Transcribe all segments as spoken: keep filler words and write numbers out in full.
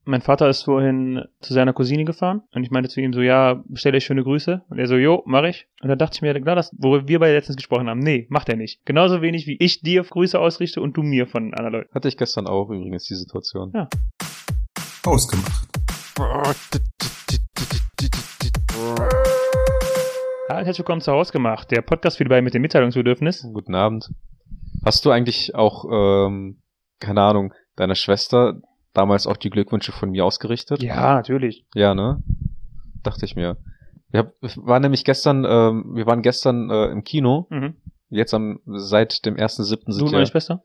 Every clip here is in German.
mein Vater ist vorhin zu seiner Cousine gefahren und ich meinte zu ihm so, ja, bestell euch schöne Grüße. Und er so, jo, mach ich. Und dann dachte ich mir, klar, das, worüber wir beide letztens gesprochen haben, nee, macht er nicht. Genauso wenig, wie ich dir Grüße ausrichte und du mir von anderen Leuten. Hatte ich gestern auch übrigens, die Situation. Ja. Ausgemacht. Ja, herzlich willkommen zu Hausgemacht, der Podcast für die beiden mit dem Mitteilungsbedürfnis. Guten Abend. Hast du eigentlich auch, ähm, keine Ahnung, deiner Schwester damals auch die Glückwünsche von mir ausgerichtet? Ja, natürlich. Ja, ne? Dachte ich mir. Wir waren nämlich gestern, ähm, wir waren gestern äh, im Kino. Mhm. Jetzt am, seit dem ersten siebten sind Du und meine ja... Schwester?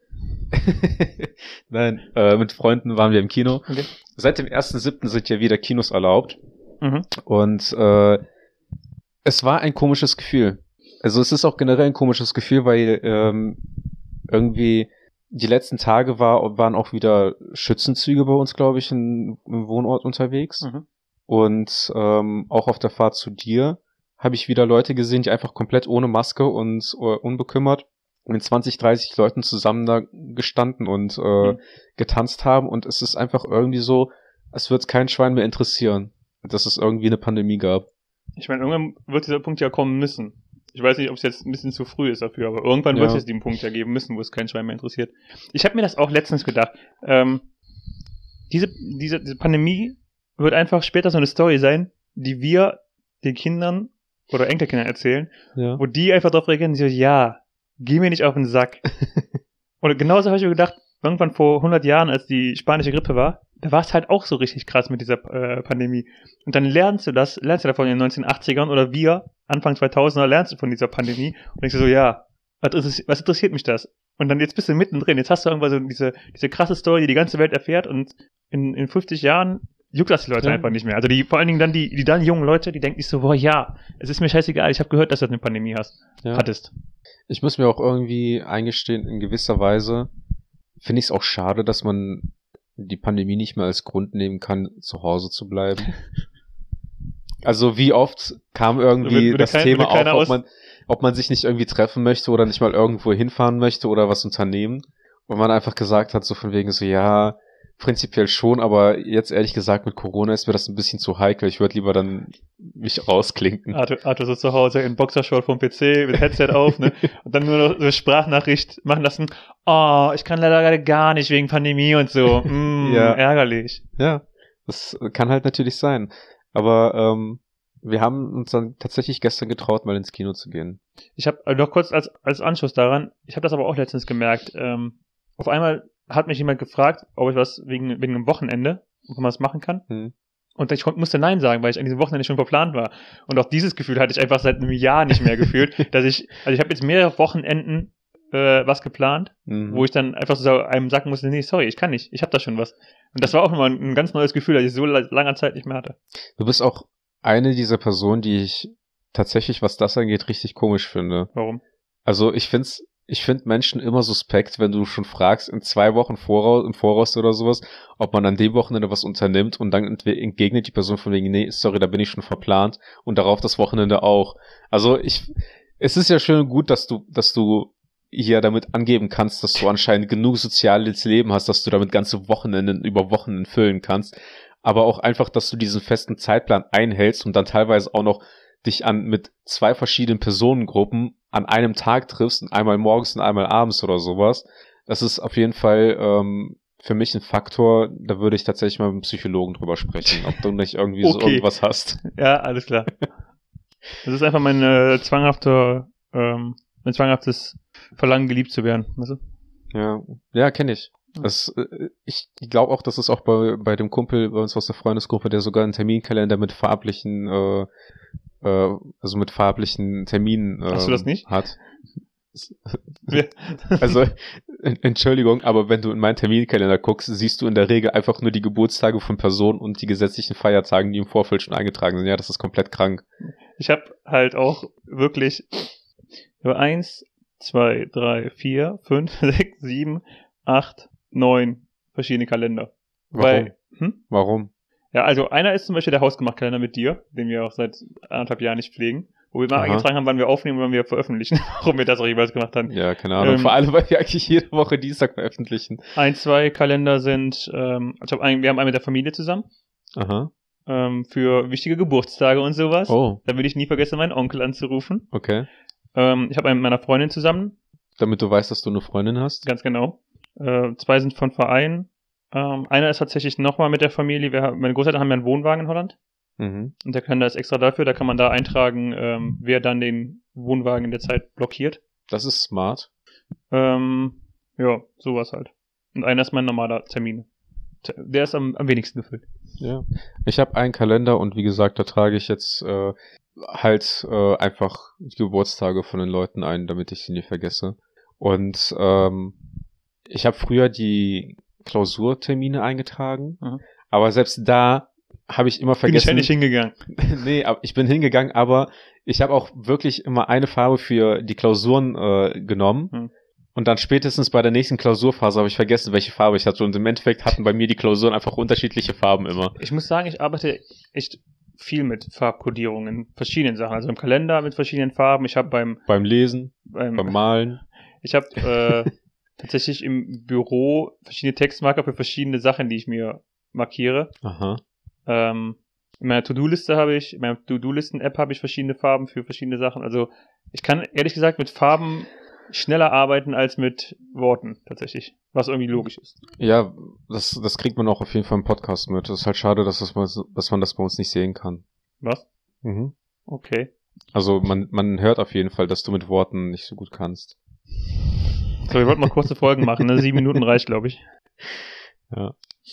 Nein, äh, mit Freunden waren wir im Kino. Okay. Seit dem ersten siebten sind ja wieder Kinos erlaubt. Mhm. Und äh, es war ein komisches Gefühl. Also es ist auch generell ein komisches Gefühl, weil ähm, irgendwie die letzten Tage war, waren auch wieder Schützenzüge bei uns, glaube ich, in, im Wohnort unterwegs. Mhm. Und ähm, auch auf der Fahrt zu dir habe ich wieder Leute gesehen, die einfach komplett ohne Maske und uh, unbekümmert mit zwanzig, dreißig Leuten zusammen da gestanden und äh, mhm. getanzt haben. Und es ist einfach irgendwie so, es wird kein Schwein mehr interessieren, dass es irgendwie eine Pandemie gab. Ich meine, irgendwann wird dieser Punkt ja kommen müssen. Ich weiß nicht, ob es jetzt ein bisschen zu früh ist dafür, aber irgendwann Ja. wird es diesen Punkt ja geben müssen, wo es kein Schwein mehr interessiert. Ich habe mir das auch letztens gedacht. Ähm, diese, diese, diese Pandemie wird einfach später so eine Story sein, die wir den Kindern oder Enkelkindern erzählen, Ja. wo die einfach darauf reagieren, so, ja, geh mir nicht auf den Sack. Und genauso habe ich mir gedacht, irgendwann vor hundert Jahren, als die spanische Grippe war, da war es halt auch so richtig krass mit dieser äh, Pandemie. Und dann lernst du das, lernst du davon in den neunzehnhundertachtzigern oder wir, Anfang zweitausender, lernst du von dieser Pandemie und denkst du so, ja, was, ist, was interessiert mich das? Und dann jetzt bist du mittendrin, jetzt hast du irgendwann so diese, diese krasse Story, die die ganze Welt erfährt und in, in fünfzig Jahren juckt das die Leute Ja. einfach nicht mehr. Also die, vor allen Dingen dann die, die dann jungen Leute, die denken sich so, boah, ja, es ist mir scheißegal, ich habe gehört, dass du eine Pandemie hast, Ja. hattest. Ich muss mir auch irgendwie eingestehen, in gewisser Weise finde ich es auch schade, dass man die Pandemie nicht mehr als Grund nehmen kann, zu Hause zu bleiben. Also wie oft kam irgendwie Würde- würde das kein- Thema würde keiner auf, ob aus- man, ob man sich nicht irgendwie treffen möchte oder nicht mal irgendwo hinfahren möchte oder was unternehmen. Und man einfach gesagt hat, so von wegen so, ja, prinzipiell schon, aber jetzt ehrlich gesagt mit Corona ist mir das ein bisschen zu heikel. Ich würde lieber dann mich rausklinken. Arthur, Arthur so zu Hause in Boxershort vom P C mit Headset auf, ne? Und dann nur noch so eine Sprachnachricht machen lassen. Oh, ich kann leider gerade gar nicht wegen Pandemie und so. Mm, Ja. ärgerlich. Ja, das kann halt natürlich sein. Aber ähm, wir haben uns dann tatsächlich gestern getraut, mal ins Kino zu gehen. Ich habe noch kurz als, als Anschluss daran, ich habe das aber auch letztens gemerkt. Ähm, auf einmal hat mich jemand gefragt, ob ich was wegen, wegen einem Wochenende, ob man was machen kann. Hm. Und ich kon- musste Nein sagen, weil ich an diesem Wochenende schon verplant war. Und auch dieses Gefühl hatte ich einfach seit einem Jahr nicht mehr gefühlt, dass ich, also ich habe jetzt mehrere Wochenenden äh, was geplant, Mhm. wo ich dann einfach so einem sagen musste, nee, sorry, ich kann nicht, ich habe da schon was. Und das war auch nochmal ein, ein ganz neues Gefühl, das ich so la- langer Zeit nicht mehr hatte. Du bist auch eine dieser Personen, die ich tatsächlich, was das angeht, richtig komisch finde. Warum? Also ich find's, ich find Menschen immer suspekt, wenn du schon fragst, in zwei Wochen voraus, im Voraus oder sowas, ob man an dem Wochenende was unternimmt und dann entwe- entgegnet die Person von wegen, nee, sorry, da bin ich schon verplant und darauf das Wochenende auch. Also ich, es ist ja schön und gut, dass du, dass du hier damit angeben kannst, dass du anscheinend genug soziales Leben hast, dass du damit ganze Wochenenden über Wochen füllen kannst, aber auch einfach, dass du diesen festen Zeitplan einhältst und dann teilweise auch noch dich an mit zwei verschiedenen Personengruppen an einem Tag triffst, und einmal morgens und einmal abends oder sowas. Das ist auf jeden Fall ähm, für mich ein Faktor, da würde ich tatsächlich mal mit einem Psychologen drüber sprechen, ob du nicht irgendwie so Okay. irgendwas hast. Ja, alles klar. Das ist einfach mein äh, zwanghafter, ähm, mein zwanghaftes Verlangen, geliebt zu werden. Weißt du? Ja, ja, kenne ich. Das, äh, ich glaube auch, dass es auch bei, bei dem Kumpel bei uns aus der Freundesgruppe, der sogar einen Terminkalender mit farblichen, äh, äh, also mit farblichen Terminen äh, Hast du das nicht? hat. Ja. Also, en- Entschuldigung, aber wenn du in meinen Terminkalender guckst, siehst du in der Regel einfach nur die Geburtstage von Personen und die gesetzlichen Feiertagen, die im Vorfeld schon eingetragen sind. Ja, das ist komplett krank. Ich habe halt auch wirklich über eins, zwei, drei, vier, fünf, sechs, sieben, acht, neun verschiedene Kalender. Warum? Weil, hm? Warum? Ja, also einer ist zum Beispiel der Hausgemacht-Kalender mit dir, den wir auch seit anderthalb Jahren nicht pflegen, wo wir mal Aha. eingetragen haben, wann wir aufnehmen und wann wir veröffentlichen, warum wir das auch jeweils gemacht haben. Ja, keine Ahnung. Ähm, Vor allem, weil wir eigentlich jede Woche Dienstag veröffentlichen. Ein, zwei Kalender sind, ähm, ich hab einen, wir haben einen mit der Familie zusammen, Aha. ähm, für wichtige Geburtstage und sowas. Oh, Da will ich nie vergessen, meinen Onkel anzurufen. okay. Ähm, ich habe einen mit meiner Freundin zusammen, Damit du weißt, dass du eine Freundin hast. ganz genau. Äh, zwei sind von Verein. Ähm, einer ist tatsächlich nochmal mit der Familie. Wir haben, meine Großeltern haben ja einen Wohnwagen in Holland. Mhm. Und der Kalender ist extra dafür. Da kann man da eintragen, ähm, wer dann den Wohnwagen in der Zeit blockiert. Das ist smart. Ähm, ja, sowas halt. Und einer ist mein normaler Termin. Der ist am, am wenigsten gefüllt. Ja. Ich habe einen Kalender und wie gesagt, da trage ich jetzt äh, halt äh, einfach die Geburtstage von den Leuten ein, damit ich sie nie vergesse. Und ähm, ich habe früher die Klausurtermine eingetragen, Mhm. aber selbst da habe ich immer Bin ich vergessen. ja nicht hingegangen. Nee, aber ich bin hingegangen, aber ich habe auch wirklich immer eine Farbe für die Klausuren äh, genommen. Hm. Und dann spätestens bei der nächsten Klausurphase habe ich vergessen, welche Farbe ich hatte. Und im Endeffekt hatten bei mir die Klausuren einfach unterschiedliche Farben immer. Ich muss sagen, ich arbeite echt viel mit Farbkodierungen in verschiedenen Sachen. Also im Kalender mit verschiedenen Farben. Ich habe beim, Beim Lesen, beim beim Malen. ich habe äh, tatsächlich im Büro verschiedene Textmarker für verschiedene Sachen, die ich mir markiere. Aha. Ähm, in meiner To-Do-Liste habe ich, in meiner To-Do-Listen-App habe ich verschiedene Farben für verschiedene Sachen. Also ich kann ehrlich gesagt mit Farben schneller arbeiten als mit Worten tatsächlich, was irgendwie logisch ist. Ja, das, das kriegt man auch auf jeden Fall im Podcast mit. Es ist halt schade, dass, das mal, so- dass man das bei uns nicht sehen kann. Was? Mhm. Okay. Also man, man hört auf jeden Fall, dass du mit Worten nicht so gut kannst. So, wir wollten mal kurze Folgen machen, ne? Sieben Minuten reicht, glaube ich. Ja.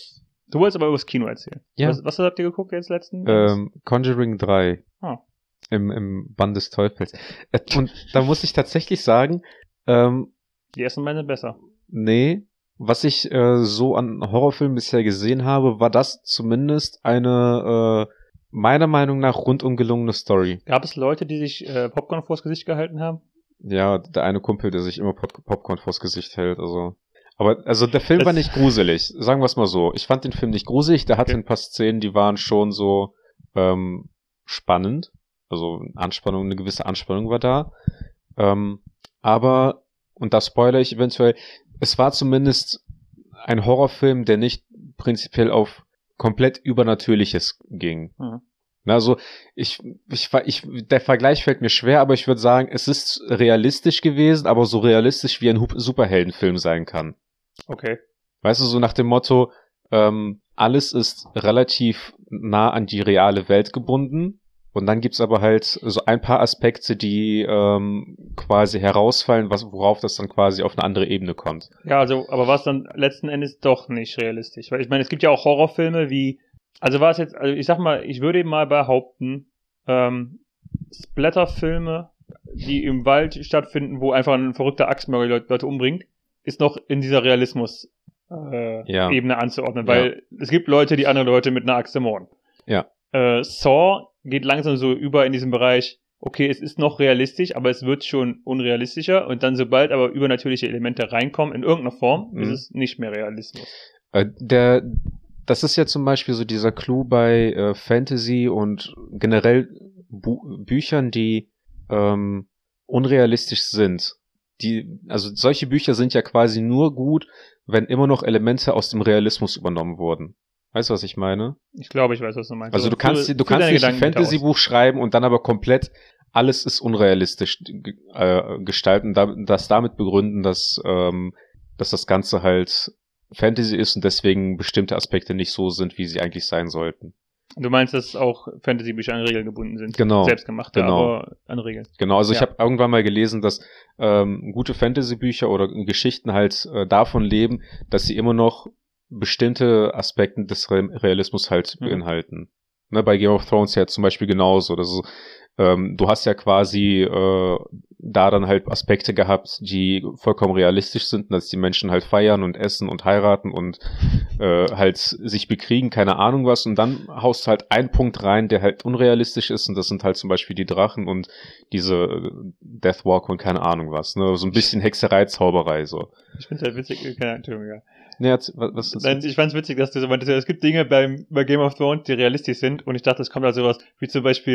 Du wolltest aber über das Kino erzählen. Ja. Was, was habt ihr geguckt jetzt letzten? Ähm, Conjuring drei. Ah. Im, im Bann des Teufels. Äh, Und da muss ich tatsächlich sagen, ähm, Die ersten beiden sind besser. nee, was ich äh, so an Horrorfilmen bisher gesehen habe, war das zumindest eine, äh, meiner Meinung nach, rundum gelungene Story. Gab es Leute, die sich äh, Popcorn vors Gesicht gehalten haben? Ja, der eine Kumpel, der sich immer Pop Popcorn vors Gesicht hält, also. Aber, also der Film Das- war nicht gruselig, sagen wir es mal so. Ich fand den Film nicht gruselig, der hatte Okay. ein paar Szenen, die waren schon so ähm, spannend. Also Anspannung, eine gewisse Anspannung war da. Ähm, aber, und da spoilere ich eventuell, es war zumindest ein Horrorfilm, der nicht prinzipiell auf komplett Übernatürliches ging. Mhm. Na, Also ich, ich, ich, der Vergleich fällt mir schwer, aber ich würde sagen, es ist realistisch gewesen, aber so realistisch wie ein Hu- Superheldenfilm sein kann. Okay. Weißt du, so nach dem Motto, ähm, alles ist relativ nah an die reale Welt gebunden. Und dann gibt's aber halt so ein paar Aspekte, die ähm, quasi herausfallen, was, worauf das dann quasi auf eine andere Ebene kommt. Ja, also, aber war es dann letzten Endes doch nicht realistisch? Weil ich meine, es gibt ja auch Horrorfilme wie, also war es jetzt, also ich sag mal, ich würde eben mal behaupten, ähm, Splatterfilme, die im Wald stattfinden, wo einfach ein verrückter Axtmörder Leute, Leute umbringt, ist noch in dieser Realismus äh, Ja. Ebene anzuordnen, weil es gibt Leute, die andere Leute mit einer Axt ermorden. Ja. Äh, Saw geht langsam so über in diesem Bereich, okay, es ist noch realistisch, aber es wird schon unrealistischer und dann sobald aber übernatürliche Elemente reinkommen in irgendeiner Form, Mhm. ist es nicht mehr Realismus. Äh, der, das ist ja zum Beispiel so dieser Clou bei äh, Fantasy und generell Bu Büchern, die ähm, unrealistisch sind. Die, also solche Bücher sind ja quasi nur gut, wenn immer noch Elemente aus dem Realismus übernommen wurden. Weißt du, was ich meine? Ich glaube, ich weiß, was du meinst. Also du kannst, führ- du führ kannst deine nicht ein Gedanken bitte aus. Fantasy-Buch schreiben und dann aber komplett alles ist unrealistisch ge- äh, gestalten, da, das damit begründen, dass, ähm, dass das Ganze halt Fantasy ist und deswegen bestimmte Aspekte nicht so sind, wie sie eigentlich sein sollten. Du meinst, dass auch Fantasy-Bücher an Regeln gebunden sind? Genau. Selbstgemachte, Genau. aber an Regeln. Genau, also ich Ja. habe irgendwann mal gelesen, dass ähm, gute Fantasy-Bücher oder Geschichten halt äh, davon leben, dass sie immer noch bestimmte Aspekte des Re Realismus halt Mhm. beinhalten. Ne, bei Game of Thrones ja zum Beispiel genauso. Das ist, ähm, du hast ja quasi äh, da dann halt Aspekte gehabt, die vollkommen realistisch sind, dass die Menschen halt feiern und essen und heiraten und äh, halt sich bekriegen, keine Ahnung was. Und dann haust du halt einen Punkt rein, der halt unrealistisch ist und das sind halt zum Beispiel die Drachen und diese äh, Deathwalker und keine Ahnung was. Ne? So ein bisschen Hexerei, Zauberei so. Ich finde es halt witzig, äh, keine Entschuldigung, ja. Ne, jetzt, was, was ist Nein, ich fand es witzig, dass du so meintest, ja, es gibt Dinge beim, bei Game of Thrones, die realistisch sind und ich dachte, es kommt halt sowas wie zum Beispiel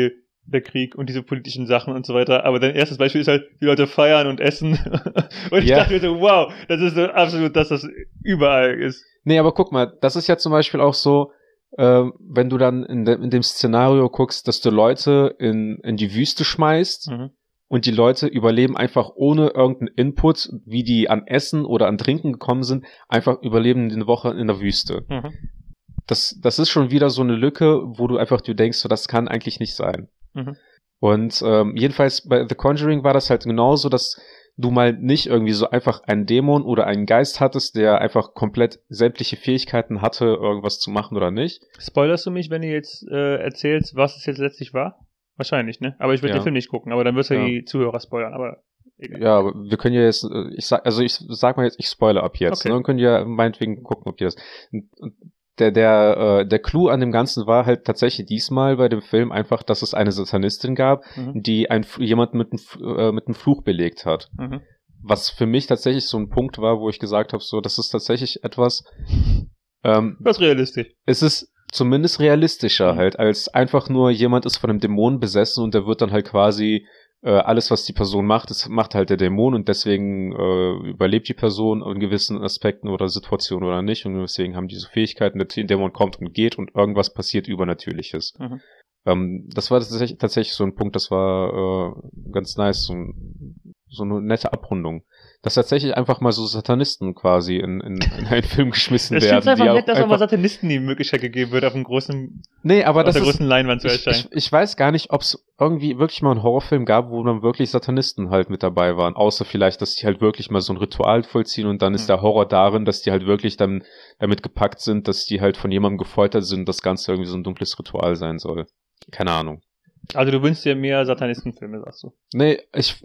der Krieg und diese politischen Sachen und so weiter. Aber dein erstes Beispiel ist halt, die Leute feiern und essen. Und ich Ja. dachte mir so, wow, das ist so absolut, dass das überall ist. Nee, aber guck mal, das ist ja zum Beispiel auch so, äh, wenn du dann in, de in dem Szenario guckst, dass du Leute in, in die Wüste schmeißt Mhm. und die Leute überleben einfach ohne irgendeinen Input, wie die an Essen oder an Trinken gekommen sind, einfach überleben eine Woche in der Wüste. Mhm. Das, das ist schon wieder so eine Lücke, wo du einfach du denkst, so, das kann eigentlich nicht sein. Mhm. Und ähm, jedenfalls bei The Conjuring war das halt genauso, dass du mal nicht irgendwie so einfach einen Dämon oder einen Geist hattest, der einfach komplett sämtliche Fähigkeiten hatte, irgendwas zu machen oder nicht. Spoilerst du mich, wenn du jetzt äh, erzählst, was es jetzt letztlich war? Wahrscheinlich, ne? Aber ich würde Ja. den Film nicht gucken, aber dann wirst du Ja. die Zuhörer spoilern, aber egal. Ja, aber wir können ja jetzt, äh, ich sag, also ich sag mal jetzt, ich spoilere ab jetzt. Okay. Ne? Dann könnt ihr meinetwegen gucken, ob ihr das. Und- und Der, der, äh, der Clou an dem Ganzen war halt tatsächlich diesmal bei dem Film einfach, dass es eine Satanistin gab, Mhm. die ein, jemanden mit einem F- äh, mit einem Fluch belegt hat. Mhm. Was für mich tatsächlich so ein Punkt war, wo ich gesagt habe, so, das ist tatsächlich etwas, ähm, Das ist realistisch. es ist zumindest realistischer Mhm. halt, als einfach nur jemand ist von einem Dämon besessen und der wird dann halt quasi äh, alles, was die Person macht, das macht halt der Dämon und deswegen äh, überlebt die Person in gewissen Aspekten oder Situationen oder nicht und deswegen haben die so Fähigkeiten, der Dämon kommt und geht und irgendwas passiert Übernatürliches. Mhm. Ähm, das war tatsächlich, tatsächlich so ein Punkt, das war äh, ganz nice, so, ein, so eine nette Abrundung. Dass tatsächlich einfach mal so Satanisten quasi in, in, in einen Film geschmissen Es werden. stimmt einfach die nett, dass auch mal einfach, Satanisten die Möglichkeit gegeben wird, auf dem großen, nee, aber auf das der ist, großen Leinwand zu ich, erscheinen. ich, ich weiß gar nicht, ob es irgendwie wirklich mal einen Horrorfilm gab, wo dann wirklich Satanisten halt mit dabei waren. Außer vielleicht, dass die halt wirklich mal so ein Ritual vollziehen und dann ist Hm. der Horror darin, dass die halt wirklich dann damit gepackt sind, dass die halt von jemandem gefoltert sind und das Ganze irgendwie so ein dunkles Ritual sein soll. Keine Ahnung. Also du wünschst dir mehr Satanistenfilme, sagst du. Nee, ich,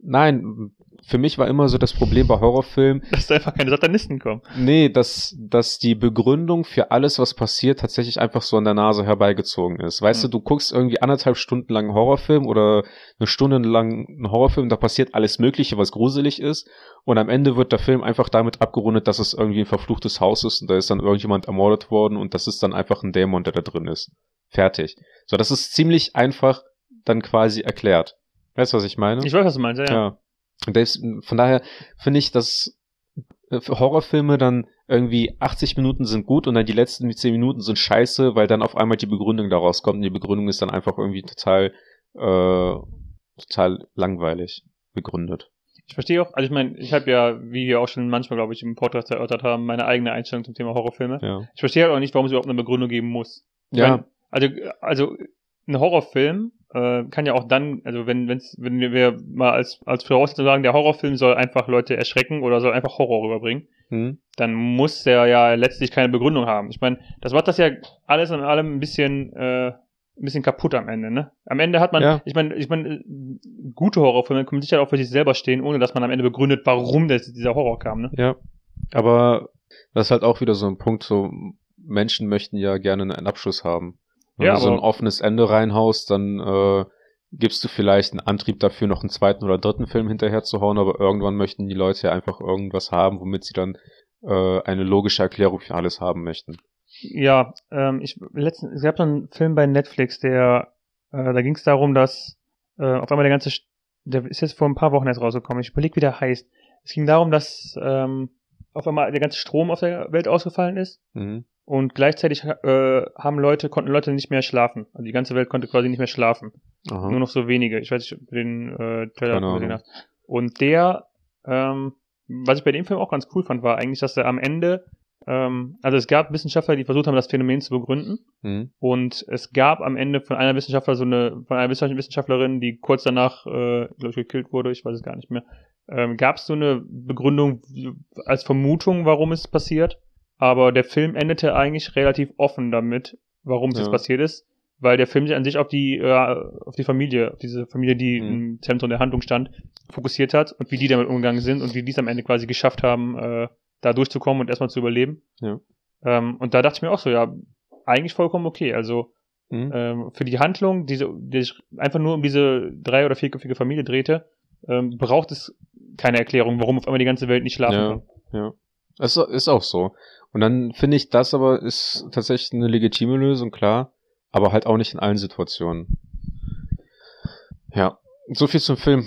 nein, für mich war immer so das Problem bei Horrorfilmen, Dass da einfach keine Satanisten kommen. nee, dass, dass die Begründung für alles, was passiert, tatsächlich einfach so an der Nase herbeigezogen ist. Weißt Hm. du, du guckst irgendwie anderthalb Stunden lang einen Horrorfilm oder eine Stunde lang einen Horrorfilm, da passiert alles Mögliche, was gruselig ist und am Ende wird der Film einfach damit abgerundet, dass es irgendwie ein verfluchtes Haus ist und da ist dann irgendjemand ermordet worden und das ist dann einfach ein Dämon, der da drin ist. Fertig. So, das ist ziemlich einfach dann quasi erklärt. Weißt du, was ich meine? Ich weiß, was du meinst, ja. ja. Ja. Und das, von daher finde ich, dass äh, für Horrorfilme dann irgendwie achtzig Minuten sind gut und dann die letzten zehn Minuten sind scheiße, weil dann auf einmal die Begründung daraus kommt und die Begründung ist dann einfach irgendwie total, äh, total langweilig begründet. Ich verstehe auch, also ich meine, ich habe ja, wie wir auch schon manchmal, glaube ich, im Podcast erörtert haben, meine eigene Einstellung zum Thema Horrorfilme. Ja. Ich verstehe halt auch nicht, warum es überhaupt eine Begründung geben muss. Ich Ja. mein, also, also ein Horrorfilm äh, kann ja auch dann, also wenn wenn's, wenn wir mal als als Voraussetzung sagen, der Horrorfilm soll einfach Leute erschrecken oder soll einfach Horror rüberbringen, Hm? dann muss der ja letztlich keine Begründung haben. Ich meine, das macht das ja alles in allem ein bisschen äh, ein bisschen kaputt am Ende, ne? Am Ende hat man, Ja. ich meine, ich meine, gute Horrorfilme können sicher auch für sich selber stehen, ohne dass man am Ende begründet, warum das, dieser Horror kam, ne? Ja. Aber das ist halt auch wieder so ein Punkt, so Menschen möchten ja gerne einen Abschluss haben. Wenn Ja, du so ein aber- offenes Ende reinhaust, dann äh, gibst du vielleicht einen Antrieb dafür, noch einen zweiten oder dritten Film hinterher zu hauen, aber irgendwann möchten die Leute ja einfach irgendwas haben, womit sie dann äh, eine logische Erklärung für alles haben möchten. Ja, ähm, ich letzten, es gab so einen Film bei Netflix, der, äh, da ging es darum, dass äh, auf einmal der ganze, St- der ist jetzt vor ein paar Wochen erst rausgekommen. Ich überlege, wie der heißt. Es ging darum, dass ähm, auf einmal der ganze Strom auf der Welt ausgefallen ist Mhm. und gleichzeitig äh, haben Leute, konnten Leute nicht mehr schlafen. Also die ganze Welt konnte quasi nicht mehr schlafen. Aha. Nur noch so wenige. Ich weiß nicht, ob du den äh, Trailer Keine gesehen Ahnung. hast. Und der, ähm, was ich bei dem Film auch ganz cool fand, war eigentlich, dass er am Ende, ähm, also es gab Wissenschaftler, die versucht haben, das Phänomen zu begründen. Mhm. Und es gab am Ende von einer Wissenschaftler so eine, von einer Wissenschaftlerin, die kurz danach, äh, glaube ich, gekillt wurde, ich weiß es gar nicht mehr, ähm, gab es so eine Begründung als Vermutung, warum es passiert. Aber der Film endete eigentlich relativ offen damit, warum es Ja. jetzt passiert ist, weil der Film sich an sich auf die, äh, auf die Familie, auf diese Familie, die Mhm. im Zentrum der Handlung stand, fokussiert hat und wie die damit umgegangen sind und wie die es am Ende quasi geschafft haben, äh, da durchzukommen und erstmal zu überleben. Ja. Ähm, und da dachte ich mir auch so, ja, eigentlich vollkommen okay. Also Mhm. ähm, für die Handlung, diese, die sich einfach nur um diese drei- oder vierköpfige Familie drehte, ähm, braucht es keine Erklärung, warum auf einmal die ganze Welt nicht schlafen Ja. kann. Ja. Es ist auch so. Und dann finde ich, das aber ist tatsächlich eine legitime Lösung, klar, aber halt auch nicht in allen Situationen. Ja, so viel zum Film.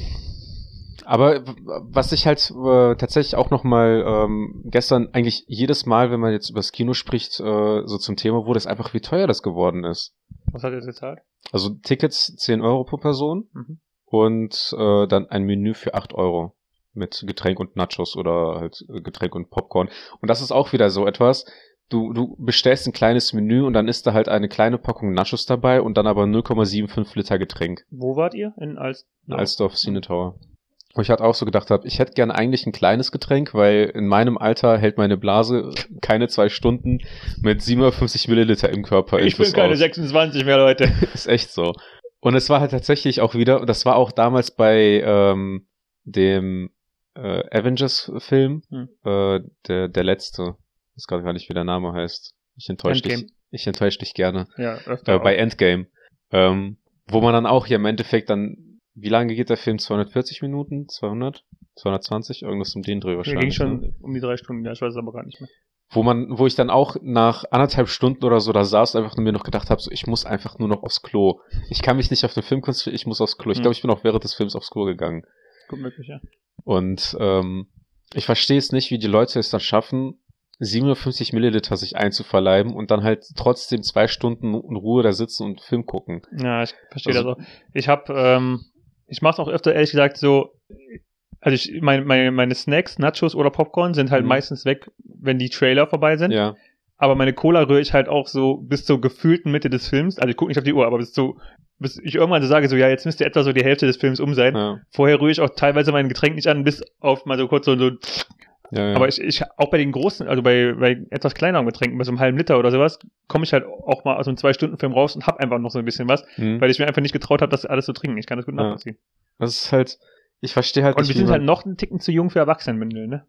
Aber was ich halt äh, tatsächlich auch nochmal ähm, gestern eigentlich jedes Mal, wenn man jetzt über das Kino spricht, äh, so zum Thema wurde, ist einfach, wie teuer das geworden ist. Was hat er jetzt gezahlt? Also Tickets zehn Euro pro Person Mhm. und äh, dann ein Menü für acht Euro mit Getränk und Nachos oder halt Getränk und Popcorn. Und das ist auch wieder so etwas, du du bestellst ein kleines Menü und dann ist da halt eine kleine Packung Nachos dabei und dann aber null Komma fünfundsiebzig Liter Getränk. Wo wart ihr? In Alst In Alsdorf Cine Tower. Wo ich halt auch so gedacht habe, ich hätte gerne eigentlich ein kleines Getränk, weil in meinem Alter hält meine Blase keine zwei Stunden mit siebenhundertfünfzig Milliliter im Körper. Ich bin keine aus. sechsundzwanzig mehr, Leute. Ist echt so. Und es war halt tatsächlich auch wieder, das war auch damals bei ähm, dem äh, Avengers-Film, hm. äh, der der letzte, ich weiß gerade gar nicht, wie der Name heißt. Ich enttäusche dich. Ich enttäusche dich gerne. Ja, öfter äh, bei Endgame. Ähm, wo man dann auch hier im Endeffekt dann, wie lange geht der Film? zweihundertvierzig Minuten? zweihundert? zweihundertzwanzig? Irgendwas um den Dreh wahrscheinlich. Ja, ging schon ne? um die drei Stunden, ja, ich weiß es aber gar nicht mehr. Wo man, wo ich dann auch nach anderthalb Stunden oder so da saß und einfach nur mir noch gedacht habe, so, ich muss einfach nur noch aufs Klo. Ich kann mich nicht auf den Film konzentrieren, ich muss aufs Klo. Ich Hm. glaube, ich bin auch während des Films aufs Klo gegangen. Gut möglich, ja. Und ähm, ich verstehe es nicht, wie die Leute es dann schaffen, siebenundfünfzig Milliliter sich einzuverleiben und dann halt trotzdem zwei Stunden in Ruhe da sitzen und Film gucken. Ja, ich verstehe Also- das auch. Ich hab, ähm, ich mach's auch öfter, ehrlich gesagt, so, also ich, meine, meine, meine Snacks, Nachos oder Popcorn sind halt Mhm. meistens weg, wenn die Trailer vorbei sind. Ja, Aber meine Cola rühre ich halt auch so bis zur gefühlten Mitte des Films. Also ich gucke nicht auf die Uhr, aber bis zu, bis ich irgendwann so sage, so, ja, jetzt müsste etwa so die Hälfte des Films um sein. ja, Vorher rühre ich auch teilweise mein Getränk nicht an, bis auf mal so kurz so, so ja, ja. aber ich, ich, auch bei den großen, also bei, bei etwas kleineren Getränken, bei so einem halben Liter oder sowas, komme ich halt auch mal aus einem Zwei-Stunden-Film raus und hab einfach noch so ein bisschen was, Mhm. weil ich mir einfach nicht getraut habe, das alles zu trinken. Ich kann das gut Ja. nachvollziehen. Das ist halt, ich verstehe halt Und nicht, wir wie sind man- halt noch einen Ticken zu jung für Erwachsenenbündeln, ne?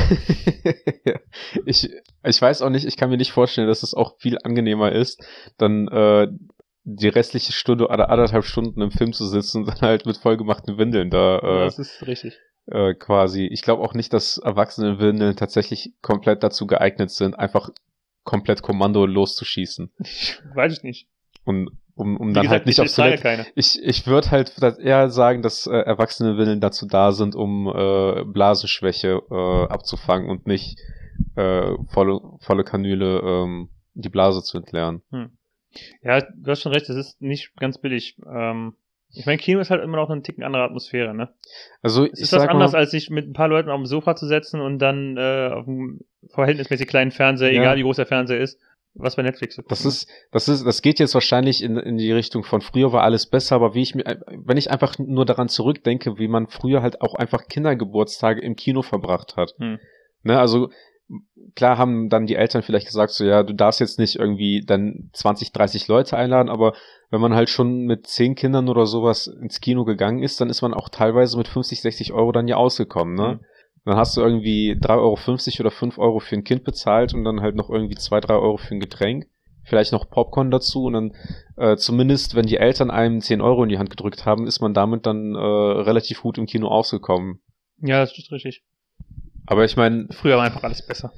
ich, ich weiß auch nicht, ich kann mir nicht vorstellen, dass es auch viel angenehmer ist, dann äh, die restliche Stunde oder anderthalb Stunden im Film zu sitzen und dann halt mit vollgemachten Windeln da äh, Das ist richtig. äh, quasi. Ich glaube auch nicht, dass Erwachsenenwindeln tatsächlich komplett dazu geeignet sind, einfach komplett Kommando loszuschießen. Ich weiß ich nicht. Und um, um Wie dann gesagt, halt nicht ich, aufs ich trage Toilette. keine. Ich, ich würde halt eher sagen, dass äh, Erwachsenenwindeln dazu da sind, um äh, Blasenschwäche äh, abzufangen und nicht äh, volle, volle Kanüle ähm, die Blase zu entleeren. Hm. Ja, du hast schon recht, das ist nicht ganz billig. Ähm, ich meine, Kino ist halt immer noch eine Ticken andere Atmosphäre, ne? Also Es ich ist was sag anders, mal, als sich mit ein paar Leuten auf dem Sofa zu setzen und dann äh, auf einem verhältnismäßig kleinen Fernseher, Ja. egal wie groß der Fernseher ist, was bei Netflix zu gucken. das ist, das ist, das geht jetzt wahrscheinlich in, in die Richtung von früher war alles besser, aber wie ich mir, wenn ich einfach nur daran zurückdenke, wie man früher halt auch einfach Kindergeburtstage im Kino verbracht hat. Hm. Ne, also klar haben dann die Eltern vielleicht gesagt, so ja, du darfst jetzt nicht irgendwie dann zwanzig, dreißig Leute einladen, aber wenn man halt schon mit zehn Kindern oder sowas ins Kino gegangen ist, dann ist man auch teilweise mit fünfzig, sechzig Euro dann ja ausgekommen, ne? Mhm. Dann hast du irgendwie drei Euro fünfzig oder fünf Euro für ein Kind bezahlt und dann halt noch irgendwie zwei, drei Euro für ein Getränk. Vielleicht noch Popcorn dazu und dann äh, zumindest, wenn die Eltern einem zehn Euro in die Hand gedrückt haben, ist man damit dann äh, relativ gut im Kino ausgekommen. Ja, das ist richtig. Aber ich meine, Früher war einfach alles besser.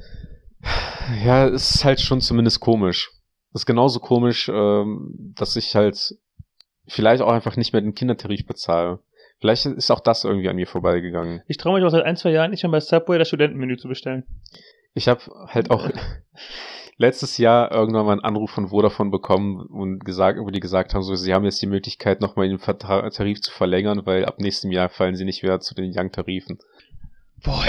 ja, es ist halt schon zumindest komisch. Es ist genauso komisch, ähm, dass ich halt vielleicht auch einfach nicht mehr den Kindertarif bezahle. Vielleicht ist auch das irgendwie an mir vorbeigegangen. Ich traue mich auch seit ein, zwei Jahren nicht mehr bei Subway das Studentenmenü zu bestellen. Ich habe halt auch letztes Jahr irgendwann mal einen Anruf von Vodafone bekommen und gesagt, wo die gesagt haben, so, sie haben jetzt die Möglichkeit, nochmal den Vertra- Tarif zu verlängern, weil ab nächstem Jahr fallen sie nicht wieder zu den Young-Tarifen. Boy.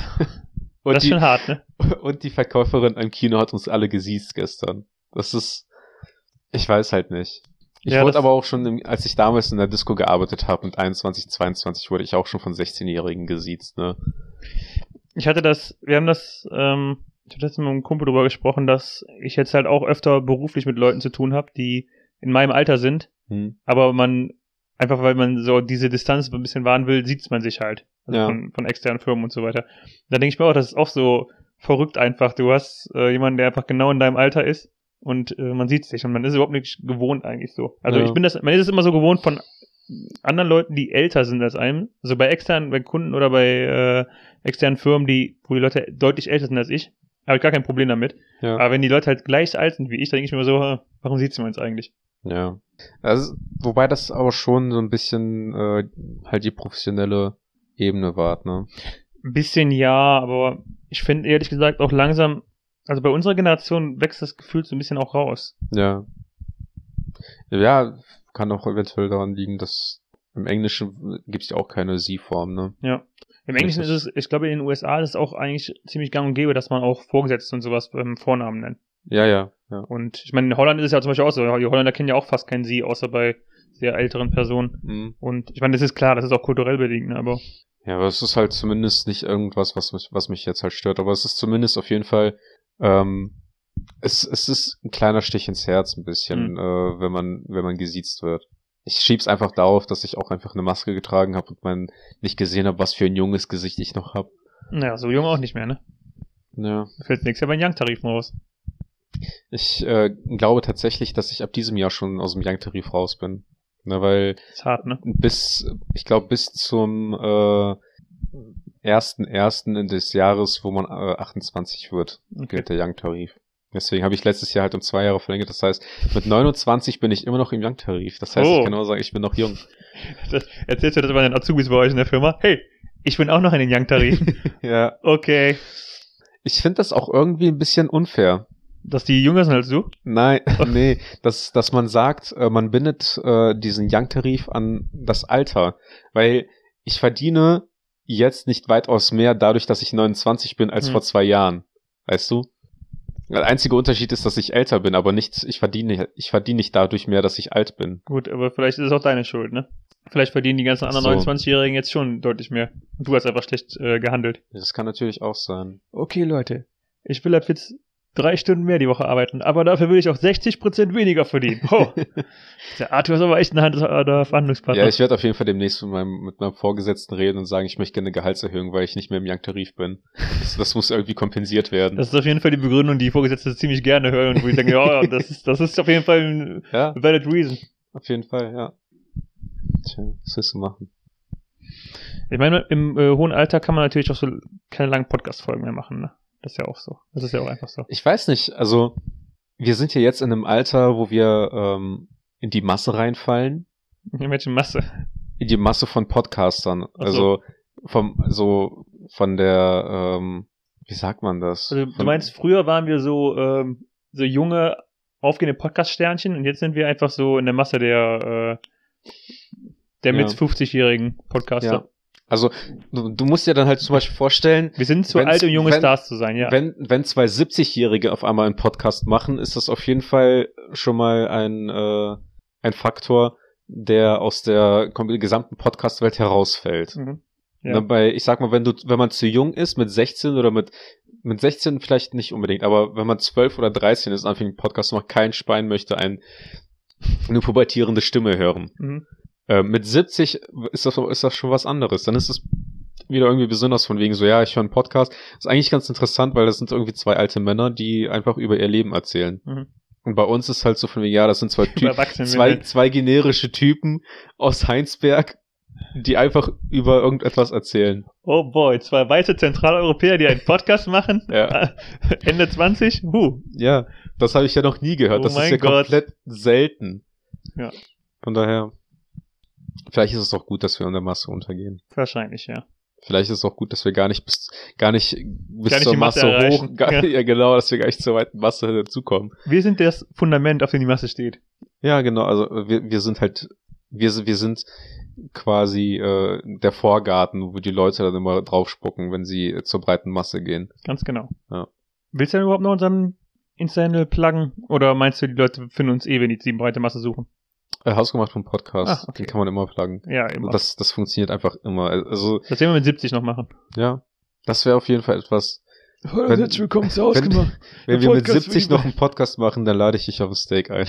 Und Das ist die, schon hart, ne? und die Verkäuferin im Kino hat uns alle gesiezt gestern. Das ist, ich weiß halt nicht. Ich Ja, wurde das- aber auch schon, im, als ich damals in der Disco gearbeitet habe mit einundzwanzig, zweiundzwanzig, wurde ich auch schon von sechzehnjährigen gesiezt, ne? Ich hatte das, wir haben das, ähm, ich habe letztens mit einem Kumpel drüber gesprochen, dass ich jetzt halt auch öfter beruflich mit Leuten zu tun habe, die in meinem Alter sind, Hm. aber man, einfach weil man so diese Distanz ein bisschen wahren will, sieht man sich halt. Also Ja. von, von externen Firmen und so weiter. Da denke ich mir auch, das ist auch so verrückt einfach. Du hast äh, jemanden, der einfach genau in deinem Alter ist und äh, man sieht sich und man ist überhaupt nicht gewohnt eigentlich so. Also Ja. ich bin das, man ist es immer so gewohnt von anderen Leuten, die älter sind als einem. Also bei externen, bei Kunden oder bei äh, externen Firmen, die, wo die Leute deutlich älter sind als ich, habe ich gar kein Problem damit. Ja. Aber wenn die Leute halt gleich alt sind wie ich, dann denke ich mir immer so, äh, warum sieht man uns eigentlich? Ja. Also, wobei das aber schon so ein bisschen äh, halt die professionelle Ebene war, ne? Ein bisschen ja, aber ich finde ehrlich gesagt auch langsam, also bei unserer Generation wächst das Gefühl so ein bisschen auch raus. Ja. Ja, kann auch eventuell daran liegen, dass im Englischen gibt's ja auch keine Sie-Form, ne? Ja. Im Englischen ist es, ich glaube in den U S A ist es auch eigentlich ziemlich gang und gäbe, dass man auch Vorgesetzte und sowas beim Vornamen nennt. Ja, ja, ja. Und ich meine, in Holland ist es ja zum Beispiel auch so, die Holländer kennen ja auch fast kein Sie, außer bei sehr älteren Personen. Mhm. Und ich meine, das ist klar, das ist auch kulturell bedingt, ne, aber... Ja, aber es ist halt zumindest nicht irgendwas, was mich, was mich jetzt halt stört, aber es ist zumindest auf jeden Fall, ähm, es, es ist ein kleiner Stich ins Herz ein bisschen, Mhm. äh, wenn man, wenn man gesiezt wird. Ich schieb's einfach darauf, dass ich auch einfach eine Maske getragen habe und man nicht gesehen habe, was für ein junges Gesicht ich noch hab. Naja, so jung auch nicht mehr, ne? Ja. Da fällt nächstes Jahr bei den Young-Tarifen raus. Ich äh, glaube tatsächlich, dass ich ab diesem Jahr schon aus dem Young-Tarif raus bin. Ne, weil Ist hart, ne? bis, ich glaube, bis zum äh, ersten ersten des Jahres, wo man äh, achtundzwanzig wird, Okay. gilt der Young-Tarif. Deswegen habe ich letztes Jahr halt um zwei Jahre verlängert. Das heißt, mit neunundzwanzig bin ich immer noch im Young-Tarif. Das heißt, Oh. ich kann nur sagen, ich bin noch jung. Das, erzählst du das bei den Azubis bei euch in der Firma? Hey, ich bin auch noch in den Young-Tarifen. Ja. Okay. Ich finde das auch irgendwie ein bisschen unfair. Dass die jünger sind als du? Nein, nee, dass, dass man sagt, äh, man bindet äh, diesen Young-Tarif an das Alter. Weil ich verdiene jetzt nicht weitaus mehr dadurch, dass ich neunundzwanzig bin, als Hm. vor zwei Jahren. Weißt du? Der einzige Unterschied ist, dass ich älter bin, aber nicht, ich verdiene, ich verdiene nicht dadurch mehr, dass ich alt bin. Gut, aber vielleicht ist es auch deine Schuld, ne? Vielleicht verdienen die ganzen anderen So. neunundzwanzigjährigen jetzt schon deutlich mehr. Und du hast einfach schlecht äh, gehandelt. Das kann natürlich auch sein. Okay, Leute. Ich will ab jetzt drei Stunden mehr die Woche arbeiten, aber dafür will ich auch sechzig Prozent weniger verdienen. Ho! Der Arthur ist aber echt ein Hand- oder Verhandlungspartner. Ja, ich werde auf jeden Fall demnächst mit meinem, mit meinem Vorgesetzten reden und sagen, ich möchte gerne eine Gehaltserhöhung, weil ich nicht mehr im Young-Tarif bin. Das, das muss irgendwie kompensiert werden. Das ist auf jeden Fall die Begründung, die Vorgesetzte ziemlich gerne hören und wo ich denke, ja, das ist, das ist auf jeden Fall ein Ja, valid reason. auf jeden Fall, ja. Tja, was willst du machen? Ich meine, im äh, hohen Alter kann man natürlich auch so keine langen Podcast-Folgen mehr machen, ne? Das ist ja auch so. Das ist ja auch einfach so. Ich weiß nicht, also wir sind ja jetzt in einem Alter, wo wir ähm, in die Masse reinfallen, In welche Masse? in die Masse von Podcastern. Ach so. Also vom, so von der, ähm, wie sagt man das? Also, du Von- meinst, früher waren wir so, ähm, so junge, aufgehende Podcast-Sternchen und jetzt sind wir einfach so in der Masse der, äh, der Ja. mit fünfzigjährigen Podcaster. Ja. Also du, du musst dir dann halt zum Beispiel vorstellen, Wir sind zu Wenn's- alt, um junge wenn- Stars zu sein, ja. wenn, wenn zwei siebzigjährige auf einmal einen Podcast machen, ist das auf jeden Fall schon mal ein, äh, ein Faktor, der aus der kom- gesamten Podcast-Welt herausfällt. Mhm. Ja. Ne, bei, ich sag mal, wenn du, wenn man zu jung ist, mit sechzehn oder mit, mit sechzehn vielleicht nicht unbedingt, aber wenn man zwölf oder dreizehn ist, anfängt einen Podcast zu machen, kein Schwein möchte ein, eine pubertierende Stimme hören. Mhm. Äh, mit siebzig ist das, ist das schon was anderes. Dann ist es wieder irgendwie besonders von wegen so, ja, ich höre einen Podcast. Ist eigentlich ganz interessant, weil das sind irgendwie zwei alte Männer, die einfach über ihr Leben erzählen. Mhm. Und bei uns ist halt so von wegen, ja, das sind zwei Typen, Erwachsene zwei, Männer. zwei generische Typen aus Heinsberg, die einfach über irgendetwas erzählen. Oh boy, zwei weiße Zentraleuropäer, die einen Podcast machen. Ja. Ende zwanzig. Huh. Ja, das habe ich ja noch nie gehört. Oh das ist mein ja Gott. komplett selten. Ja. Von daher, vielleicht ist es auch gut, dass wir in der Masse untergehen. Wahrscheinlich, ja. Vielleicht ist es auch gut, dass wir gar nicht bis, gar nicht bis Gar nicht zur die Masse Masse, hoch, erreichen. gar, Ja. ja. genau, dass wir gar nicht zur weiten Masse dazukommen. Wir sind das Fundament, auf dem die Masse steht. Ja, genau, also wir, wir sind halt, wir, sind- wir sind quasi äh, der Vorgarten, wo die Leute dann immer draufspucken, wenn sie zur breiten Masse gehen. Ganz genau. Ja. Willst du denn überhaupt noch unseren Insta-Handle pluggen? Oder meinst du, die Leute finden uns eh, wenn die sieben breite Masse suchen? Äh, Hausgemacht vom Podcast, Ah, okay. den kann man immer pluggen. Ja, eben. Das, Das, das funktioniert einfach immer. Also, das werden wir mit siebzig noch machen. ja, das wäre auf jeden Fall etwas. Hallo, Wenn- herzlich willkommen zu wenn- Ausgemacht. Wenn Der wir mit Podcast für siebzig die noch einen Podcast machen, dann lade ich dich auf ein Steak ein.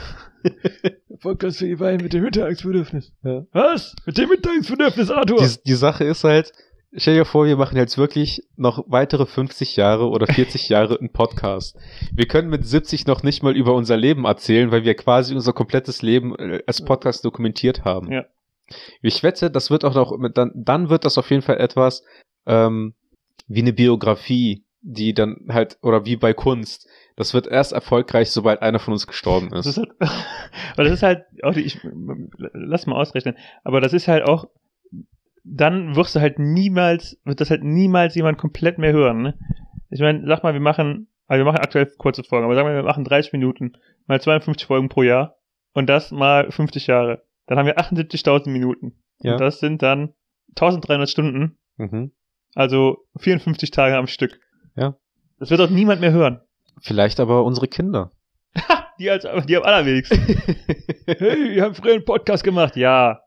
Podcast für die beiden mit dem Mittagsbedürfnis. Ja. Was? Mit dem Mittagsbedürfnis, Arthur? Die, die Sache ist halt, stell dir vor, wir machen jetzt wirklich noch weitere fünfzig Jahre oder vierzig Jahre einen Podcast. Wir können mit siebzig noch nicht mal über unser Leben erzählen, weil wir quasi unser komplettes Leben äh, als Podcast dokumentiert haben. Ja. Ich wette, das wird auch noch, dann, dann wird das auf jeden Fall etwas ähm, wie eine Biografie die dann halt, oder wie bei Kunst, das wird erst erfolgreich, sobald einer von uns gestorben ist. Das ist halt, weil das ist halt, auch die, ich, lass mal ausrechnen, aber das ist halt auch, dann wirst du halt niemals, wird das halt niemals jemand komplett mehr hören, ne? Ich meine, sag mal, wir machen, also wir machen aktuell kurze Folgen, aber sagen wir, wir machen dreißig Minuten, mal zweiundfünfzig Folgen pro Jahr und das mal fünfzig Jahre. Dann haben wir achtundsiebzigtausend Minuten. Ja. Und das sind dann eintausenddreihundert Stunden, Mhm. also vierundfünfzig Tage am Stück. Ja. Das wird auch niemand mehr hören. Vielleicht aber unsere Kinder. Die, als, die am allerwenigsten. Hey, wir haben früher einen Podcast gemacht. Ja.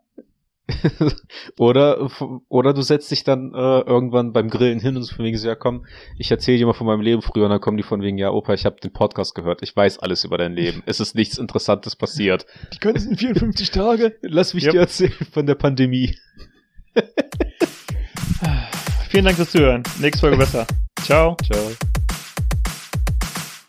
oder oder du setzt dich dann äh, irgendwann beim Grillen hin und so von wegen so, ja komm, ich erzähle dir mal von meinem Leben früher und dann kommen die von wegen, ja Opa, ich habe den Podcast gehört, ich weiß alles über dein Leben, es ist nichts Interessantes passiert. Die ganzen vierundfünfzig Tage. Lass mich Yep. dir erzählen von der Pandemie. Vielen Dank fürs Zuhören. Nächste Folge besser. Ciao. Ciao.